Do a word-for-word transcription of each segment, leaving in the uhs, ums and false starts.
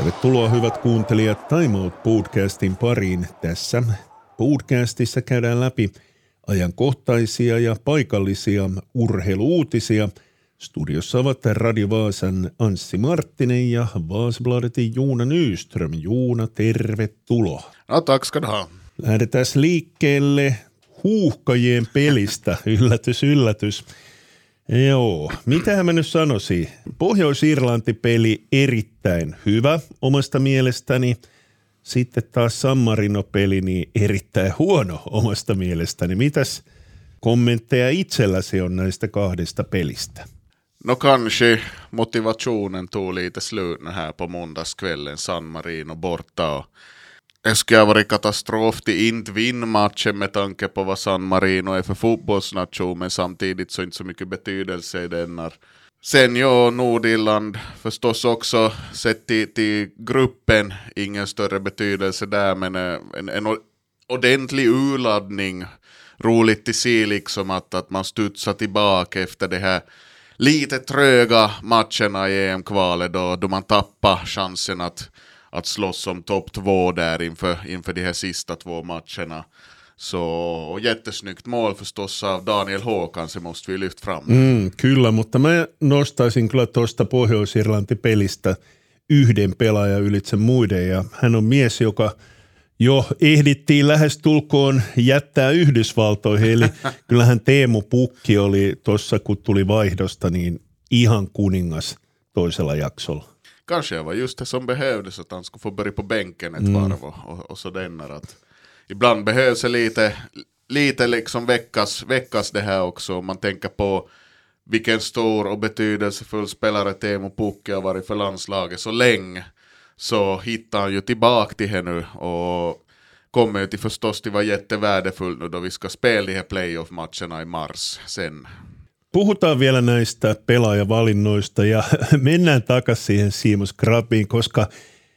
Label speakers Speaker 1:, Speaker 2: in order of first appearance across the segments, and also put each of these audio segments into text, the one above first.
Speaker 1: Tervetuloa hyvät kuuntelijat Time Out podcastin pariin. Tässä podcastissa käydään läpi ajankohtaisia ja paikallisia urheiluuutisia. Studiossa ovat Radio Vaasan Anssi Marttinen ja Vaasbladetin Joona Nyström. Joona, tervetuloa.
Speaker 2: No, tack ska du ha.
Speaker 1: Lähdetään liikkeelle huuhkajien pelistä. Yllätys, yllätys. Joo, mitähän mä nyt sanoisin? Pohjois-Irlanti-peli erittäin hyvä omasta mielestäni. Sitten taas San Marino-peli niin erittäin huono omasta mielestäni. Mitäs kommentteja itselläsi on näistä kahdesta pelistä?
Speaker 2: No kanske motivationen tog lite slut här på måndagskvällen, San Marino borta. Det skulle ha varit katastrof till inte vinna matchen med tanke på vad San Marino är för fotbollsnation, men samtidigt så inte så mycket betydelse i denna. Sen ja, Nordirland förstås också sett till, till gruppen, ingen större betydelse där, men en, en ordentlig urladdning. Roligt att se liksom att, att man studsar tillbaka efter det här lite tröga matcherna i E M-kvalet då, då man tappar chansen att att slåss om topp två där inför, inför de här sista två matcherna. Så, och jättesnyggt mål förstås av Daniel Håkan, se måste vi lyfta fram.
Speaker 1: Mm, kyllä, mutta mä nostaisin kyllä tuosta Pohjois-Irlanti-pelistä yhden pelaajan ylitse muiden, ja hän on mies, joka jo ehdittiin lähes tulkoon jättää Yhdysvaltoihin, eli kyllähän Teemu Pukki oli tuossa, kun tuli vaihdosta, niin ihan kuningas toisella jaksolla.
Speaker 2: Kanske det var just det som behövdes, att han skulle få börja på bänken ett mm. varv och, och så denna. Att ibland behövs det lite, lite liksom veckas, veckas det här också. Om man tänker på vilken stor och betydelsefull spelare Teemu Pukki har varit för landslaget så länge, så hittar han ju tillbaka till här nu och kommer ju till förstås till vara jättevärdefullt nu då vi ska spela de här playoff-matcherna i mars sen.
Speaker 1: Puhutaan vielä näistä pelaajavalinnoista ja mennään takaisin siihen Seamus Crabiin, koska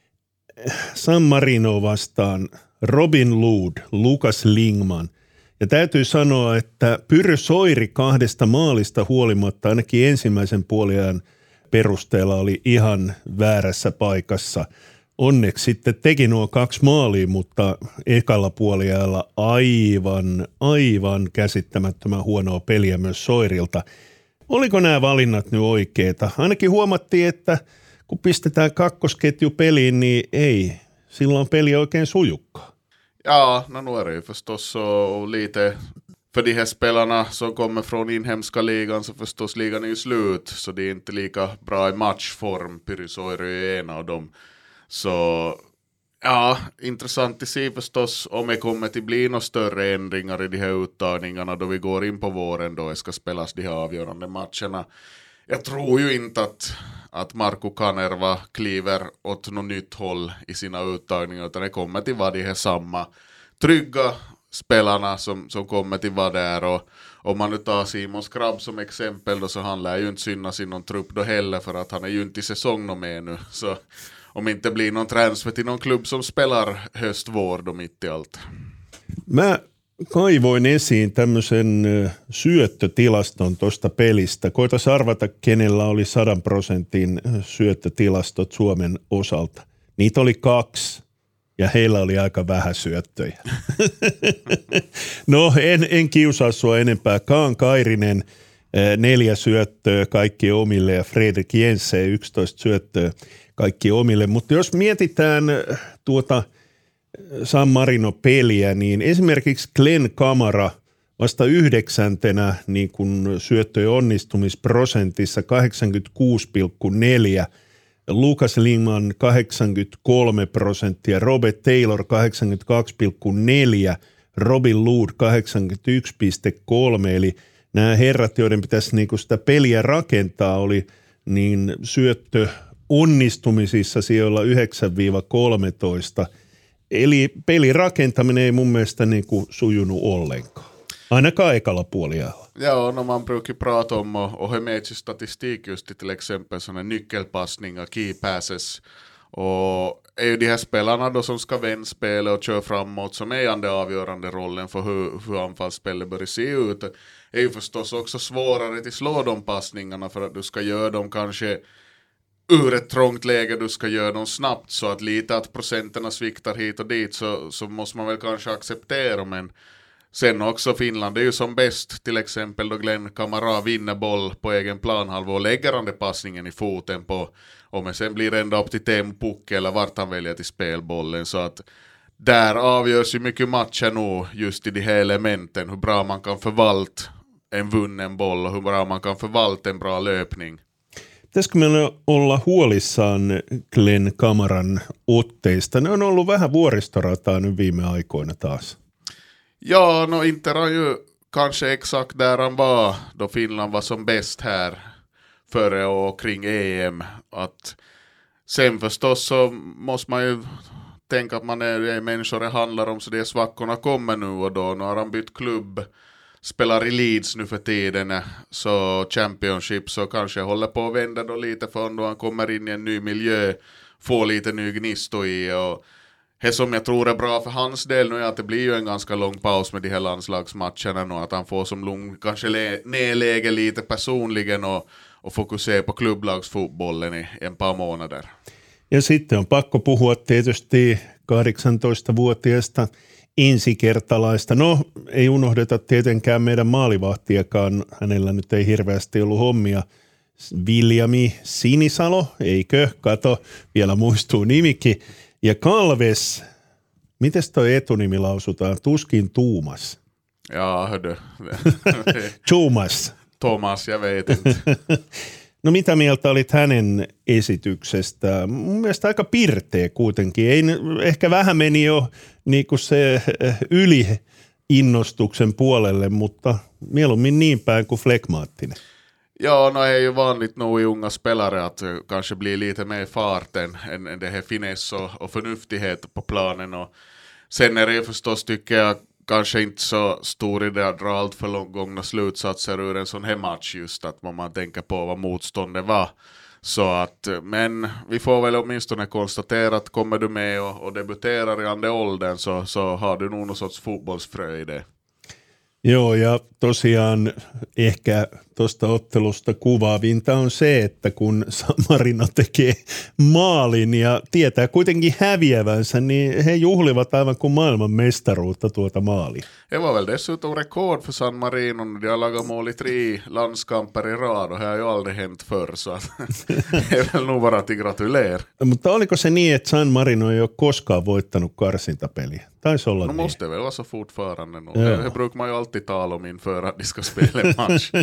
Speaker 1: San Marino vastaan Robin Lood, Lukas Lingman. Ja täytyy sanoa, että Pyry Soiri kahdesta maalista huolimatta ainakin ensimmäisen puoliajan perusteella oli ihan väärässä paikassa. Onneksi sitten teki nuo kaksi maalia, mutta ekalla puoliajalla aivan, aivan käsittämättömän huonoa peliä myös Soirilta. Oliko nämä valinnat nyt oikeita? Ainakin huomattiin, että kun pistetään kakkosketju peliin, niin ei, silloin peli oikein sujukkaa.
Speaker 2: Ja, no nu är det ju förstås så lite för de här spelarna som kommer från inhemska ligan, så förstås ligan är ju slut, så det är inte lika bra i matchform. Pyry Soiri är en av dem. Så ja, intressant att se förstås om det kommer att bli några större ändringar i de här uttagningarna då vi går in på våren då det ska spelas de här avgörande matcherna. Jag tror ju inte att, att Markku Kanerva kliver åt något nytt håll i sina uttagningar, utan det kommer till vara de här samma trygga spelarna som, som kommer till vara där. Och om man nu tar Simon Skrabb som exempel då, så han lär ju inte synas i någon trupp då heller, för att han är ju inte i säsong med nu. Så om inte blir någon transfer till någon klubb som spelar höst-vår då mitt i allt.
Speaker 1: Mä kaivoin esiin tämmöisen syöttötilaston tuosta pelistä. Koitas arvata, kenellä oli sadan prosentin syöttötilastot Suomen osalta. Niitä oli kaksi ja heillä oli aika vähän syöttöjä. No en, en kiusaa sua enempää. Kaan Kairinen neljä syöttöä kaikki omille ja Fredrik Jensen yksitoista syöttöä kaikki omille, mutta jos mietitään tuota San Marino-peliä, niin esimerkiksi Glenn Kamara vasta yhdeksäntenä niin kuin syöttöjen onnistumisprosentissa kahdeksankymmentäkuusi pilkku neljä, Lukas Lingman kahdeksankymmentäkolme prosenttia, Robert Taylor kahdeksankymmentäkaksi pilkku neljä, Robin Lood kahdeksankymmentäyksi pilkku kolme, eli nämä herrat, joiden pitäisi niin kuin sitä peliä rakentaa, oli niin syöttö onnistumisissa sijoilla yhdeksän kolmetoista. Eli pelin rakentaminen ei mun mielestä niin kuin sujunut ollenkaan. Ainakaan ekalla puoliajalla.
Speaker 2: Ja, no man brukar prata om och, och ha med sig statistik just till exempel sådana nyckelpassningar, key passes. Och är ju de här spelarna då som ska vända spelet och köra framåt som är den avgörande rollen för hur, hur anfallsspelet börjar se ut. Är ju förstås också svårare att slå de passningarna för att du ska göra dem kanske ur ett trångt läge du ska göra dem snabbt, så att lite att procenterna sviktar hit och dit så, så måste man väl kanske acceptera, men sen också Finland är ju som bäst, till exempel då Glenn Kamara vinner boll på egen planhalva och lägger han det passningen i foten på, och men sen blir det ända upp till Teemu Pukki eller vart han väljer till spelbollen, så att där avgörs ju mycket matcher nu just i de här elementen, hur bra man kan förvalta en vunnen boll och hur bra man kan förvalta en bra löpning.
Speaker 1: Pitäisikö meillä olla huolissaan Glenn Kamaran otteista? Ne on ollut vähän vuoristorataa nyt viime aikoina taas.
Speaker 2: Ja, no Inter har ju kanske exakt där han var då Finland var som bäst här före och kring E M. Att sen förstås så måste man ju tänka att man är, är människor det handlar om, så det är svackorna kommer nu och då. Nu har han bytt klubb, spelar i Leeds nu för tiden, så Championship, så kanske håller på att vända då lite för då han kommer in i en ny miljö, får lite ny gnisto i, och det som jag tror är bra för hans del nu är att det blir ju en ganska lång paus med de här landslagsmatcherna nu, att han får som lugn kanske le- nedläge lite personligen och, och fokusera på klubblagsfotbollen i en par månader.
Speaker 1: Ja sitten on pakko puhua tietysti kahdeksantoistavuotiaasta ensikertalaista. No, ei unohdeta tietenkään meidän maalivahtiakaan. Hänellä nyt ei hirveästi ollut hommia. Viljami Sinisalo, eikö? Kato, vielä muistuu nimikin. Ja Kalves, mites toi etunimi lausutaan? Tuskin Tuumas.
Speaker 2: Ja, hördu.
Speaker 1: Tuumas.
Speaker 2: Thomas, jag vet inte.
Speaker 1: No mitä mieltä olit hänen esityksestä? Mun mielestä aika pirteä kuitenkin. Ei, ehkä vähän meni jo niin kuin se yli innostuksen puolelle, mutta mieluummin niin päin kuin flekmaattinen.
Speaker 2: Ja, no är ju vanligt nog i unga spelare att uh, kanske bli lite mer fart än, än, än det här finess och, och förnuftighet på planen. Och sen är det förstås, tycker jag, kanske inte så stor idé att dra allt för långgångna slutsatser ur en sån här match, just att man tänker på vad motståndet var. Så att, men vi får väl åtminstone konstatera att kommer du med och, och debuterar i andra åldern så, så har du nog någon sorts fotbollsfrö i det.
Speaker 1: Joo, ja tosiaan ehkä tuosta ottelusta kuvaavinta on se, että kun San Marino tekee maalin ja tietää kuitenkin häviävänsä, niin he juhlivat aivan kuin maailman mestaruutta tuota maalia.
Speaker 2: Det var väl dessutom rekord för San Marino när de har lagat mål i tre landskamper i rad, och det har ju aldrig hänt förr, så att det är väl nog bara till gratulera.
Speaker 1: Mutta oliko se niin, että San Marino ei ole koskaan voittanut karsintapeliä? Taisi olla
Speaker 2: no,
Speaker 1: niin.
Speaker 2: Måste väl vara så fortfarande nog. Det, det brukar man ju alltid tala om inför att de ska spela en match.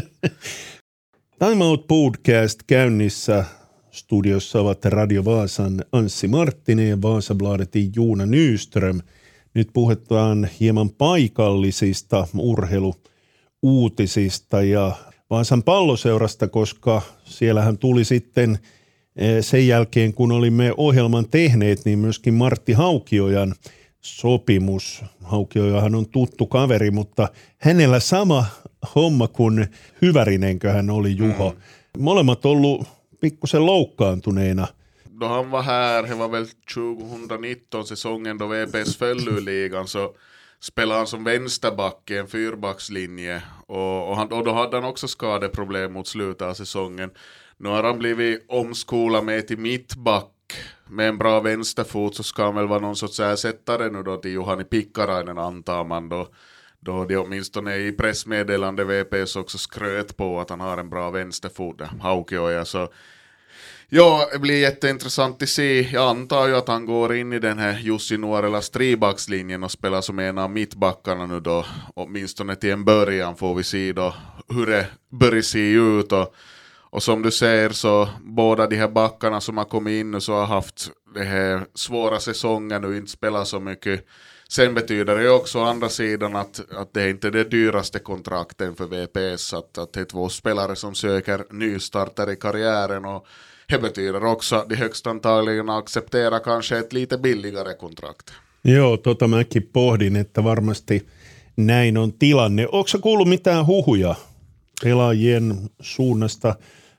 Speaker 1: Time Out Podcast käynnissä. Studiossa ovat Radio Vaasan Anssi Marttinen ja Vaasabladetin Juuna Nyström. Nyt puhutaan hieman paikallisista urheiluuutisista ja Vaasan Palloseurasta, koska siellähän tuli sitten sen jälkeen, kun olimme ohjelman tehneet, niin myöskin Martti Haukiojan sopimus. Haukiojahan on tuttu kaveri, mutta hänellä sama homma kuin Hyvärinenköhän oli Juho. Mm. Molemmat ollut pikkusen loukkaantuneena.
Speaker 2: Då han var här, det var väl tjugonitton säsongen då V P S föll ur ligan, så spelade han som vänsterback i en fyrbackslinje, och, och, han, och då hade han också skadeproblem mot slutet av säsongen. Nu har han blivit omskolad med till mittback med en bra vänsterfot, så ska han väl vara någon sorts ersättare nu då till Juhani Pikkarainen, antar man då. Då de åtminstone i pressmeddelande V P S också skröt på att han har en bra vänsterfot, Haukioja, så ja, det blir jätteintressant att se. Jag antar ju att han går in i den här Jussi Nuorelas trebackslinjen och spelar som en av mittbackarna nu då, åtminstone till en början får vi se då hur det börjar se ut. Och, och som du säger, så båda de här backarna som har kommit in och så har haft det här svåra säsongen och inte spelat så mycket. Sen betyder det också å andra sidan att, att det är inte det dyraste kontrakten för V P S, att, att det är två spelare som söker nystarter i karriären, och det betyder också att de högst antagligen accepterar kanske ett lite billigare kontrakt.
Speaker 1: Joo, tota mäkin pohdin, että varmasti näin on tilanne. Onko sä kuullut mitään huhuja pelaajien suunnasta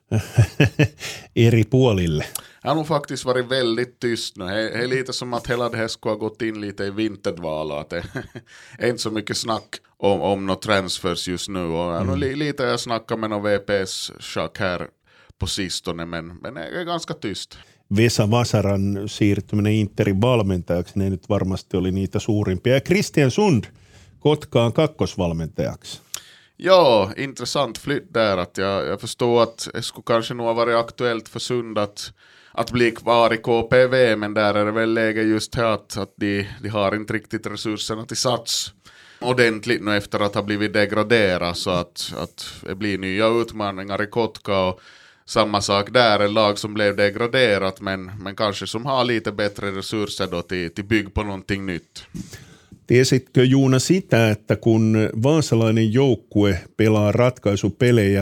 Speaker 1: eri puolille?
Speaker 2: Han har nog faktiskt varit väldigt tyst nu. Det är lite som att hela det här ska ha gått in lite i vinterdvala. Det är inte så mycket snack om, om några transfers just nu. Och mm. lite jag snackar med någon V P S-schack här på sistone, men, men är ganska tyst.
Speaker 1: Vesa Vasaran siirtyminen Interin valmentajaksi, ne nyt varmasti oli niitä suurimpia. Ja Christian Sund Kotkaan kakkosvalmentajaksi.
Speaker 2: Ja, intressant flytt där. Att jag, jag förstår att det skulle kanske nog ha varit aktuellt för Sund att, att bli kvar i K P V, men där är det väl läge just här att, att de, de har inte riktigt resurserna till sats ordentligt nu efter att ha blivit degraderat, så att, att det blir nya utmaningar i Kotka, och samma sak där, en lag som blev degraderat men, men kanske som har lite bättre resurser då till, till bygg på någonting nytt.
Speaker 1: Tiesitkö Juuna sitä, että kun vaasalainen joukkue pelaa ratkaisupelejä,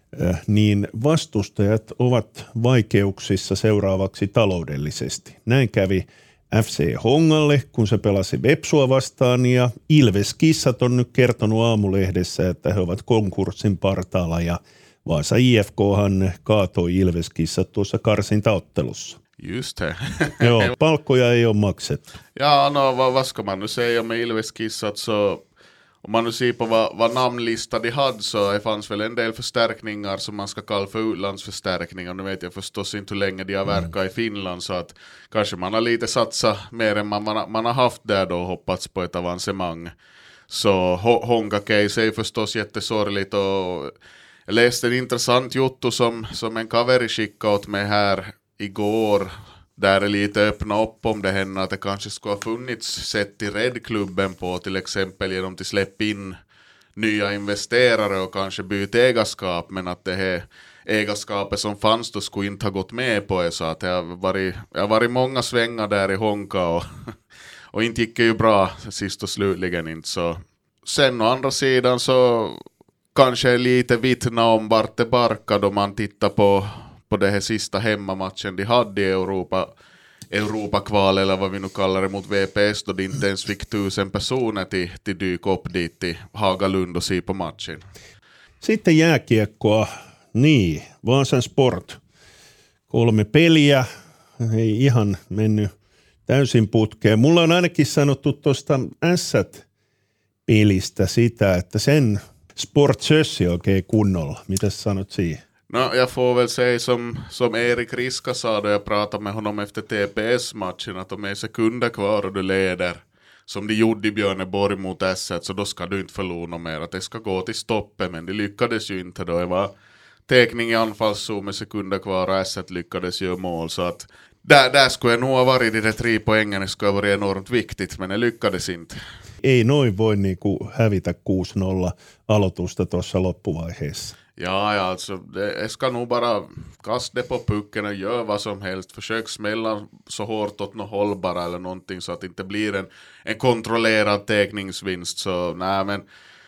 Speaker 1: niin vastustajat ovat vaikeuksissa seuraavaksi taloudellisesti. Näin kävi F C Hongalle, kun se pelasi Vepsua vastaan, ja Ilves-kissat on nyt kertonut Aamulehdessä, että he ovat konkurssin partaalla, ja Vaasa I F K:han kaatoi Ilves-kissat tuossa karsintaottelussa.
Speaker 2: Just det.
Speaker 1: Joo, palkkoja ei ole maksettu.
Speaker 2: Ja, no vad, vad ska man nu säga med Ilves-kissat, så om man nu ser på vad, vad namnlista de hade, så det fanns väl en del förstärkningar som man ska kalla för utlandsförstärkningar. Nu vet jag förstås inte hur länge de har verkat mm. i Finland, så att kanske man har lite satsat mer än man, man, man har haft där då och hoppats på ett avancemang. Så Honka-case är förstås jättesorgligt, och jag läste en intressant jotto som, som en kaveri skickade åt mig här igår, där är lite öppna upp om det händer att det kanske skulle ha funnits sätt i Red-klubben på, till exempel genom att släppa in nya investerare och kanske byta ägarskap, men att det här ägarskapet som fanns då skulle inte ha gått med på det, så att det har varit, det har varit många svängar där i Honka, och, och inte gick det ju bra sist och slutligen inte. Så sen å andra sidan så kanske lite vittna om vart det barkar då man tittar på på det här sista hemmamatchen de hade i Europa, Europa-kval eller vad vi nu kallar det, mot V P S, då de inte ens fick tusen personer till, till dyka upp dit till Hagalund och se på matchen.
Speaker 1: Sitten jääkiekkoa, niin, Vaasan Sport. Kolme peliä, ei ihan mennyt täysin putkeen. Mulla on ainakin sanottu tuosta Ässät-pelistä sitä, että sen Sport sössi oikein kunnolla. Mitäs sanot siihen?
Speaker 2: No, jag får väl säga som, som Erik Riska sa då jag pratade med honom efter T P S-matchen, att om det är sekunder kvar och du leder som de gjorde i Björneborg mot Ässät, så då ska du inte förlora mer, att det ska gå till stoppet, men de lyckades ju inte då. Det var täckning i anfallszon med sekunder kvar och Ässät lyckades göra mål, så att där, där skulle jag nog ha varit de där tre poängen, det skulle ha varit enormt viktigt, men det lyckades inte.
Speaker 1: Ei noin voi niinku hävitä kuusi nolla aloitusta tuossa loppuvaiheessa.
Speaker 2: Ja, ja, alltså det ska nog bara kasta det på pucken och göra vad som helst. Försök smälla så hårt åt något håll bara eller någonting, så att det inte blir en, en kontrollerad täckningsvinst. Så nej, men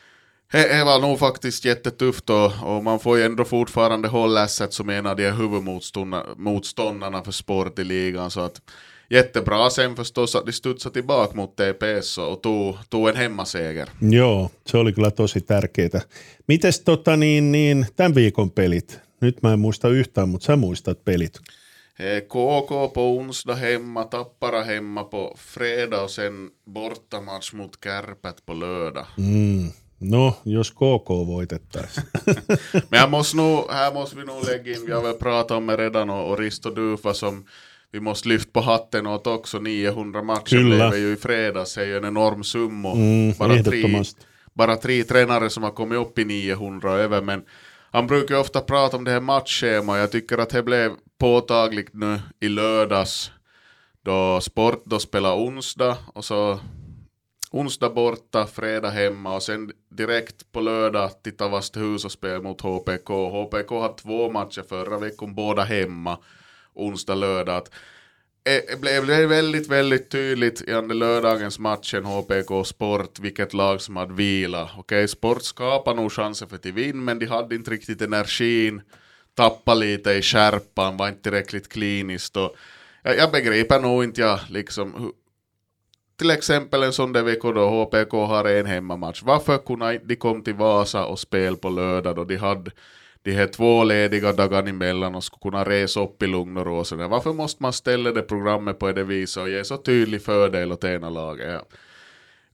Speaker 2: det var nog faktiskt jättetufft, och, och man får ju ändå fortfarande hålla Ässät som en av de huvudmotståndarna för Sport i ligan, så att jättebra sen förstås att de studsade tillbaka mot T P S och tog, tog en hemmaseger.
Speaker 1: Joo, se oli kyllä tosi tärkeää. Mites tota niin, niin tämän viikon pelit? Nyt mä en muista yhtään, mutta sä muistat pelit.
Speaker 2: K K på onsdag hemma, Tappara hemma på fredag och sen bortamatch mot Kärpät på lördag.
Speaker 1: Mm. No, jos K K voitettaisiin.
Speaker 2: Men här måste, nog, här måste vi nog lägga in, vi har väl pratat om det redan, och, och Risto Dufa som vi måste lyfta på hatten åt också. niohundra matcher blev ju i fredags, det är ju en enorm summa.
Speaker 1: Mm,
Speaker 2: bara, tre, bara tre tränare som har kommit upp i niohundra över, men han brukar ju ofta prata om det här matchschema. Jag tycker att det blev påtagligt nu i lördags, då Sport då spelar onsdag, och så onsdag borta, fredag hemma, och sen direkt på lördag till Tavastehus och spel mot H P K. H P K har två matcher förra veckan, båda hemma, onsdag, lördag. Det blev väldigt, väldigt tydligt i andra lördagens matchen H P K Sport vilket lag som hade vila. Okej, Sport skapade nog chanser för till vinn, men de hade inte riktigt energin, tappade lite i skärpan, var inte tillräckligt kliniskt. Och jag, jag begriper nog inte jag liksom, till exempel en sån där vecka då H P K har en hemmamatch. Varför kunde de kom till Vasa och spel på lördag då de hade de här två lediga dagarna emellan och skulle kunna resa upp i lugn och ro? Varför måste man ställa det programmet på det viset och ge så tydlig fördel åt ena laget? Ja.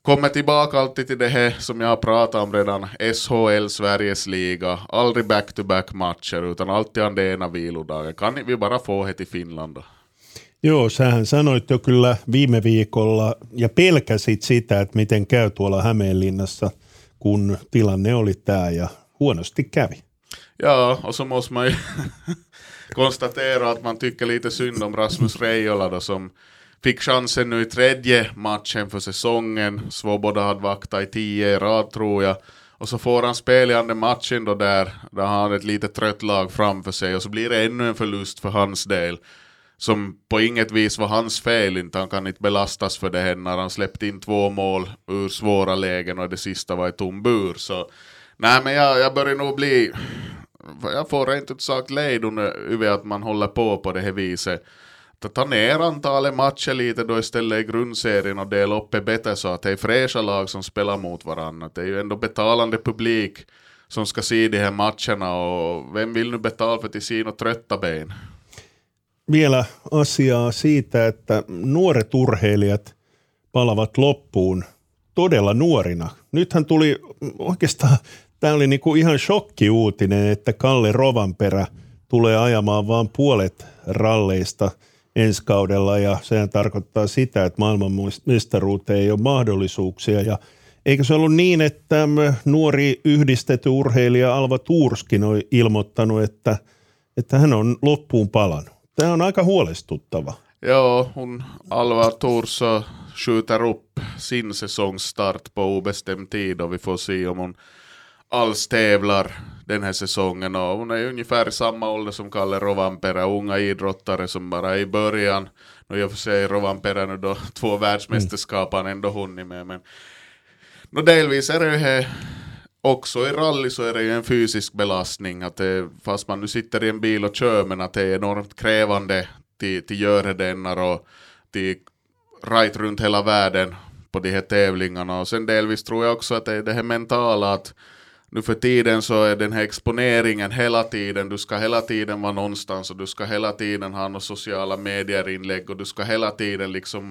Speaker 2: kommer tillbaka alltid till det här som jag har pratat om redan. S H L, Sveriges liga. Aldrig back-to-back matcher utan alltid on det ena vilodagen. Kan vi bara få det till Finland då?
Speaker 1: Joo, sähän sanoit jo kyllä viime viikolla ja pelkäsit sitä, että miten käy tuolla Hämeenlinnassa, kun tilanne oli tää ja huonosti kävi.
Speaker 2: Ja, och så måste man ju konstatera att man tycker lite synd om Rasmus Reijola då, som fick chansen nu i tredje matchen för säsongen. Svoboda hade vaktat i tio i rad tror jag. Och så får han spela i andra matchen då där, där han har ett lite trött lag framför sig. Och så blir det ännu en förlust för hans del. Som på inget vis var hans fel, inte han kan inte belastas för det här när han släppte in två mål ur svåra lägen och det sista var i tom bur. Så nej, men jag, jag börjar nog bli, jag får rent ut sagt lejdon över att man håller på på det här viset. Att ta ner antalet matcher lite då istället i grundserien och dela upp det bättre så att det är fräscha lag som spelar mot varandra. Det är ju ändå betalande publik som ska se de här matcherna och vem vill nu betala för till sina trötta ben?
Speaker 1: Vielä asiaa siitä, että nuoret urheilijat palavat loppuun todella nuorina. Nythän tuli oikeastaan, tämä oli niinku ihan shokkiuutinen, että Kalle Rovanperä tulee ajamaan vain puolet ralleista ensi kaudella ja sehän tarkoittaa sitä, että maailmanmestaruuteen ei ole mahdollisuuksia. Ja eikö se ollut niin, että nuori yhdistetty urheilija Alva Tuurskin on ilmoittanut, että, että hän on loppuun palannut? Tämä on aika huolestuttava.
Speaker 2: Ja, hon Alva Thors skjuter upp sin säsongsstart på obestämd tid och vi får se om hon alls tävlar den här säsongen. Och hon är ungefär i samma ålder som Kalle Rovanperä, unga idrottare som bara i början. Och jag får säga Rovanperä nu då två världsmästerskap han ändå hunnit med. Men no, delvis är det ju här också i rally så är det ju en fysisk belastning att det, fast man nu sitter i en bil och kör men att det är enormt krävande till, till göra denna och till right runt hela världen på de här tävlingarna. Och sen delvis tror jag också att det är det här mentala att nu för tiden så är den här exponeringen hela tiden, du ska hela tiden vara någonstans och du ska hela tiden ha några sociala medierinlägg och du ska hela tiden liksom,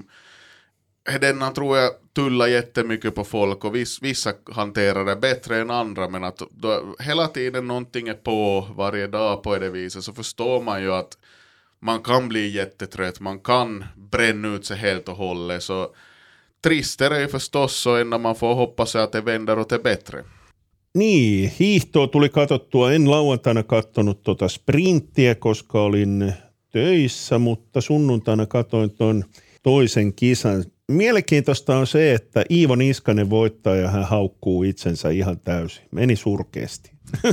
Speaker 2: denna tror jag tullar jättemycket på folk och viss, vissa hanterar det bättre än andra men att då, hela tiden någonting är på varje dag på det viset så förstår man ju att man kan bli jättetrött, man kan bränna ut sig helt och hållet så trist är det ju förstås så ända man får hoppas att det vänder åt det bättre.
Speaker 1: Niin, hiihtoa tuli katsottua. En lauantaina katsonut tuota sprinttiä, koska olin töissä, mutta sunnuntaina katsoin tuon toisen kisan. Mielenkiintoista on se, että Iivo Niskanen voittaa ja hän haukkuu itsensä ihan täysin. Meni surkeasti.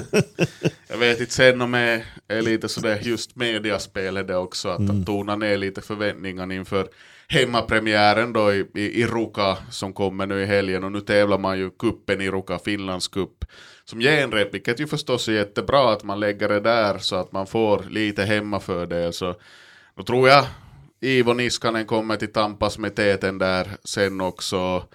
Speaker 2: Jag vet inte sen om det är lite sådär just mediaspelet det också att mm. tona ner lite förväntningarna inför hemmapremiären då i, i, i Ruka som kommer nu i helgen och nu tävlar man ju kuppen i Ruka, Finlands kupp som genrep, vilket ju förstås är jättebra att man lägger det där så att man får lite hemmafördel så då tror jag Iivo Niskanen kommer till tampas med täten där sen också.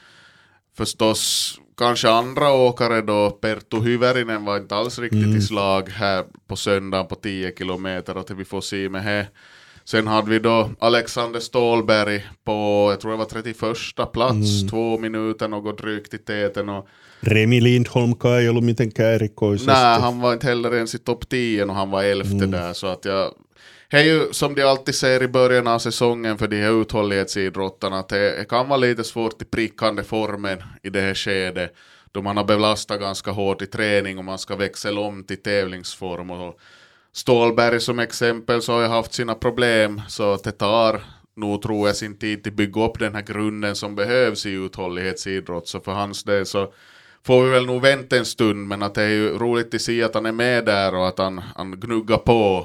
Speaker 2: Förstås kanske andra åkare då, Perttu Hyvärinen var inte alls riktigt mm. i slag här på söndagen på tio kilometer och till vi får se med här. Sen hade vi då Alexander Ståhlberg på, jag tror det var trettioförsta plats, mm. två minuter något drygt i täten. Och
Speaker 1: Remi Lindholm ei ollut mitenkään erikoisesti.
Speaker 2: Nej, han var inte heller ens i topp tio och han var elfte mm. där så att jag... Det är ju som de alltid säger i början av säsongen för de här uthållighetsidrottarna att det kan vara lite svårt i prickande formen i det här skedet då man har belastat ganska hårt i träning och man ska växla om till tävlingsform. Och Ståhlberg som exempel så har jag haft sina problem så att det tar nog tror jag sin tid till bygga upp den här grunden som behövs i uthållighetsidrott. Så för hans del så får vi väl nog vänta en stund men att det är ju roligt att se att han är med där och att han, han gnuggar på.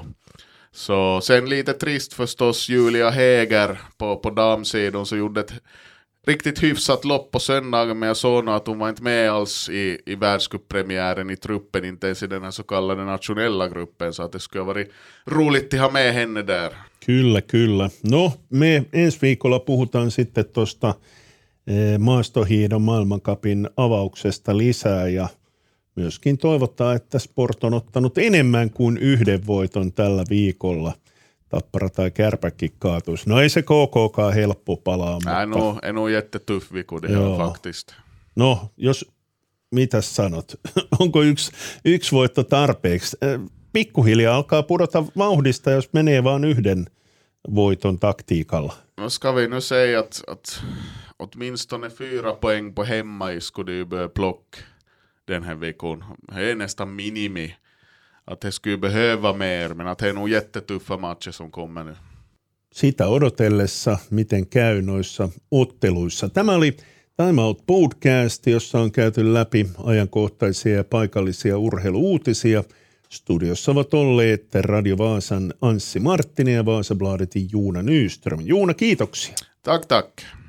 Speaker 2: Så sen lite trist förstås Julia Häger på, på damsidan så gjorde ett riktigt hyfsat lopp på söndagen men jag såg nog att hon var inte med alls i, i världscuppremiären i truppen, inte ens i den här så kallade nationella gruppen så att det skulle varit roligt att ha med henne där.
Speaker 1: Kyllä, kyllä. No, me ensi viikolla puhutaan sitten tuosta eh, maastohiidon maailmancupin avauksesta lisää ja myöskin toivottaa, että Sport on ottanut enemmän kuin yhden voiton tällä viikolla. Tappara tai Kärpäkin kaatuisi. No ei se K K:kaan helppo palaa.
Speaker 2: Nej,
Speaker 1: mutta...
Speaker 2: no, en ole jättetuff viku det här faktiskt.
Speaker 1: No, jos, mitäs sanot? Onko yksi, yksi voitto tarpeeksi? Pikkuhiljaa alkaa pudota vauhdista, jos menee vain yhden voiton taktiikalla.
Speaker 2: No ska vi nu säga att, att åtminstone fyra poäng på hemma skulle ju börja plocka den här veckan. Det är nästan minimi. Att det skulle behöva mer, men att det är nog jättetuffa matcher som kommer nu.
Speaker 1: Sitä odotellessa, miten käy noissa otteluissa. Tämä oli Time Out Podcast, jossa on käyty läpi ajankohtaisia ja paikallisia urheiluuutisia. Studiossa ovat olleet Radio Vaasan Anssi Marttinen ja Vasabladetin Joona Nyström. Joona, kiitoksia.
Speaker 2: Tack, tack.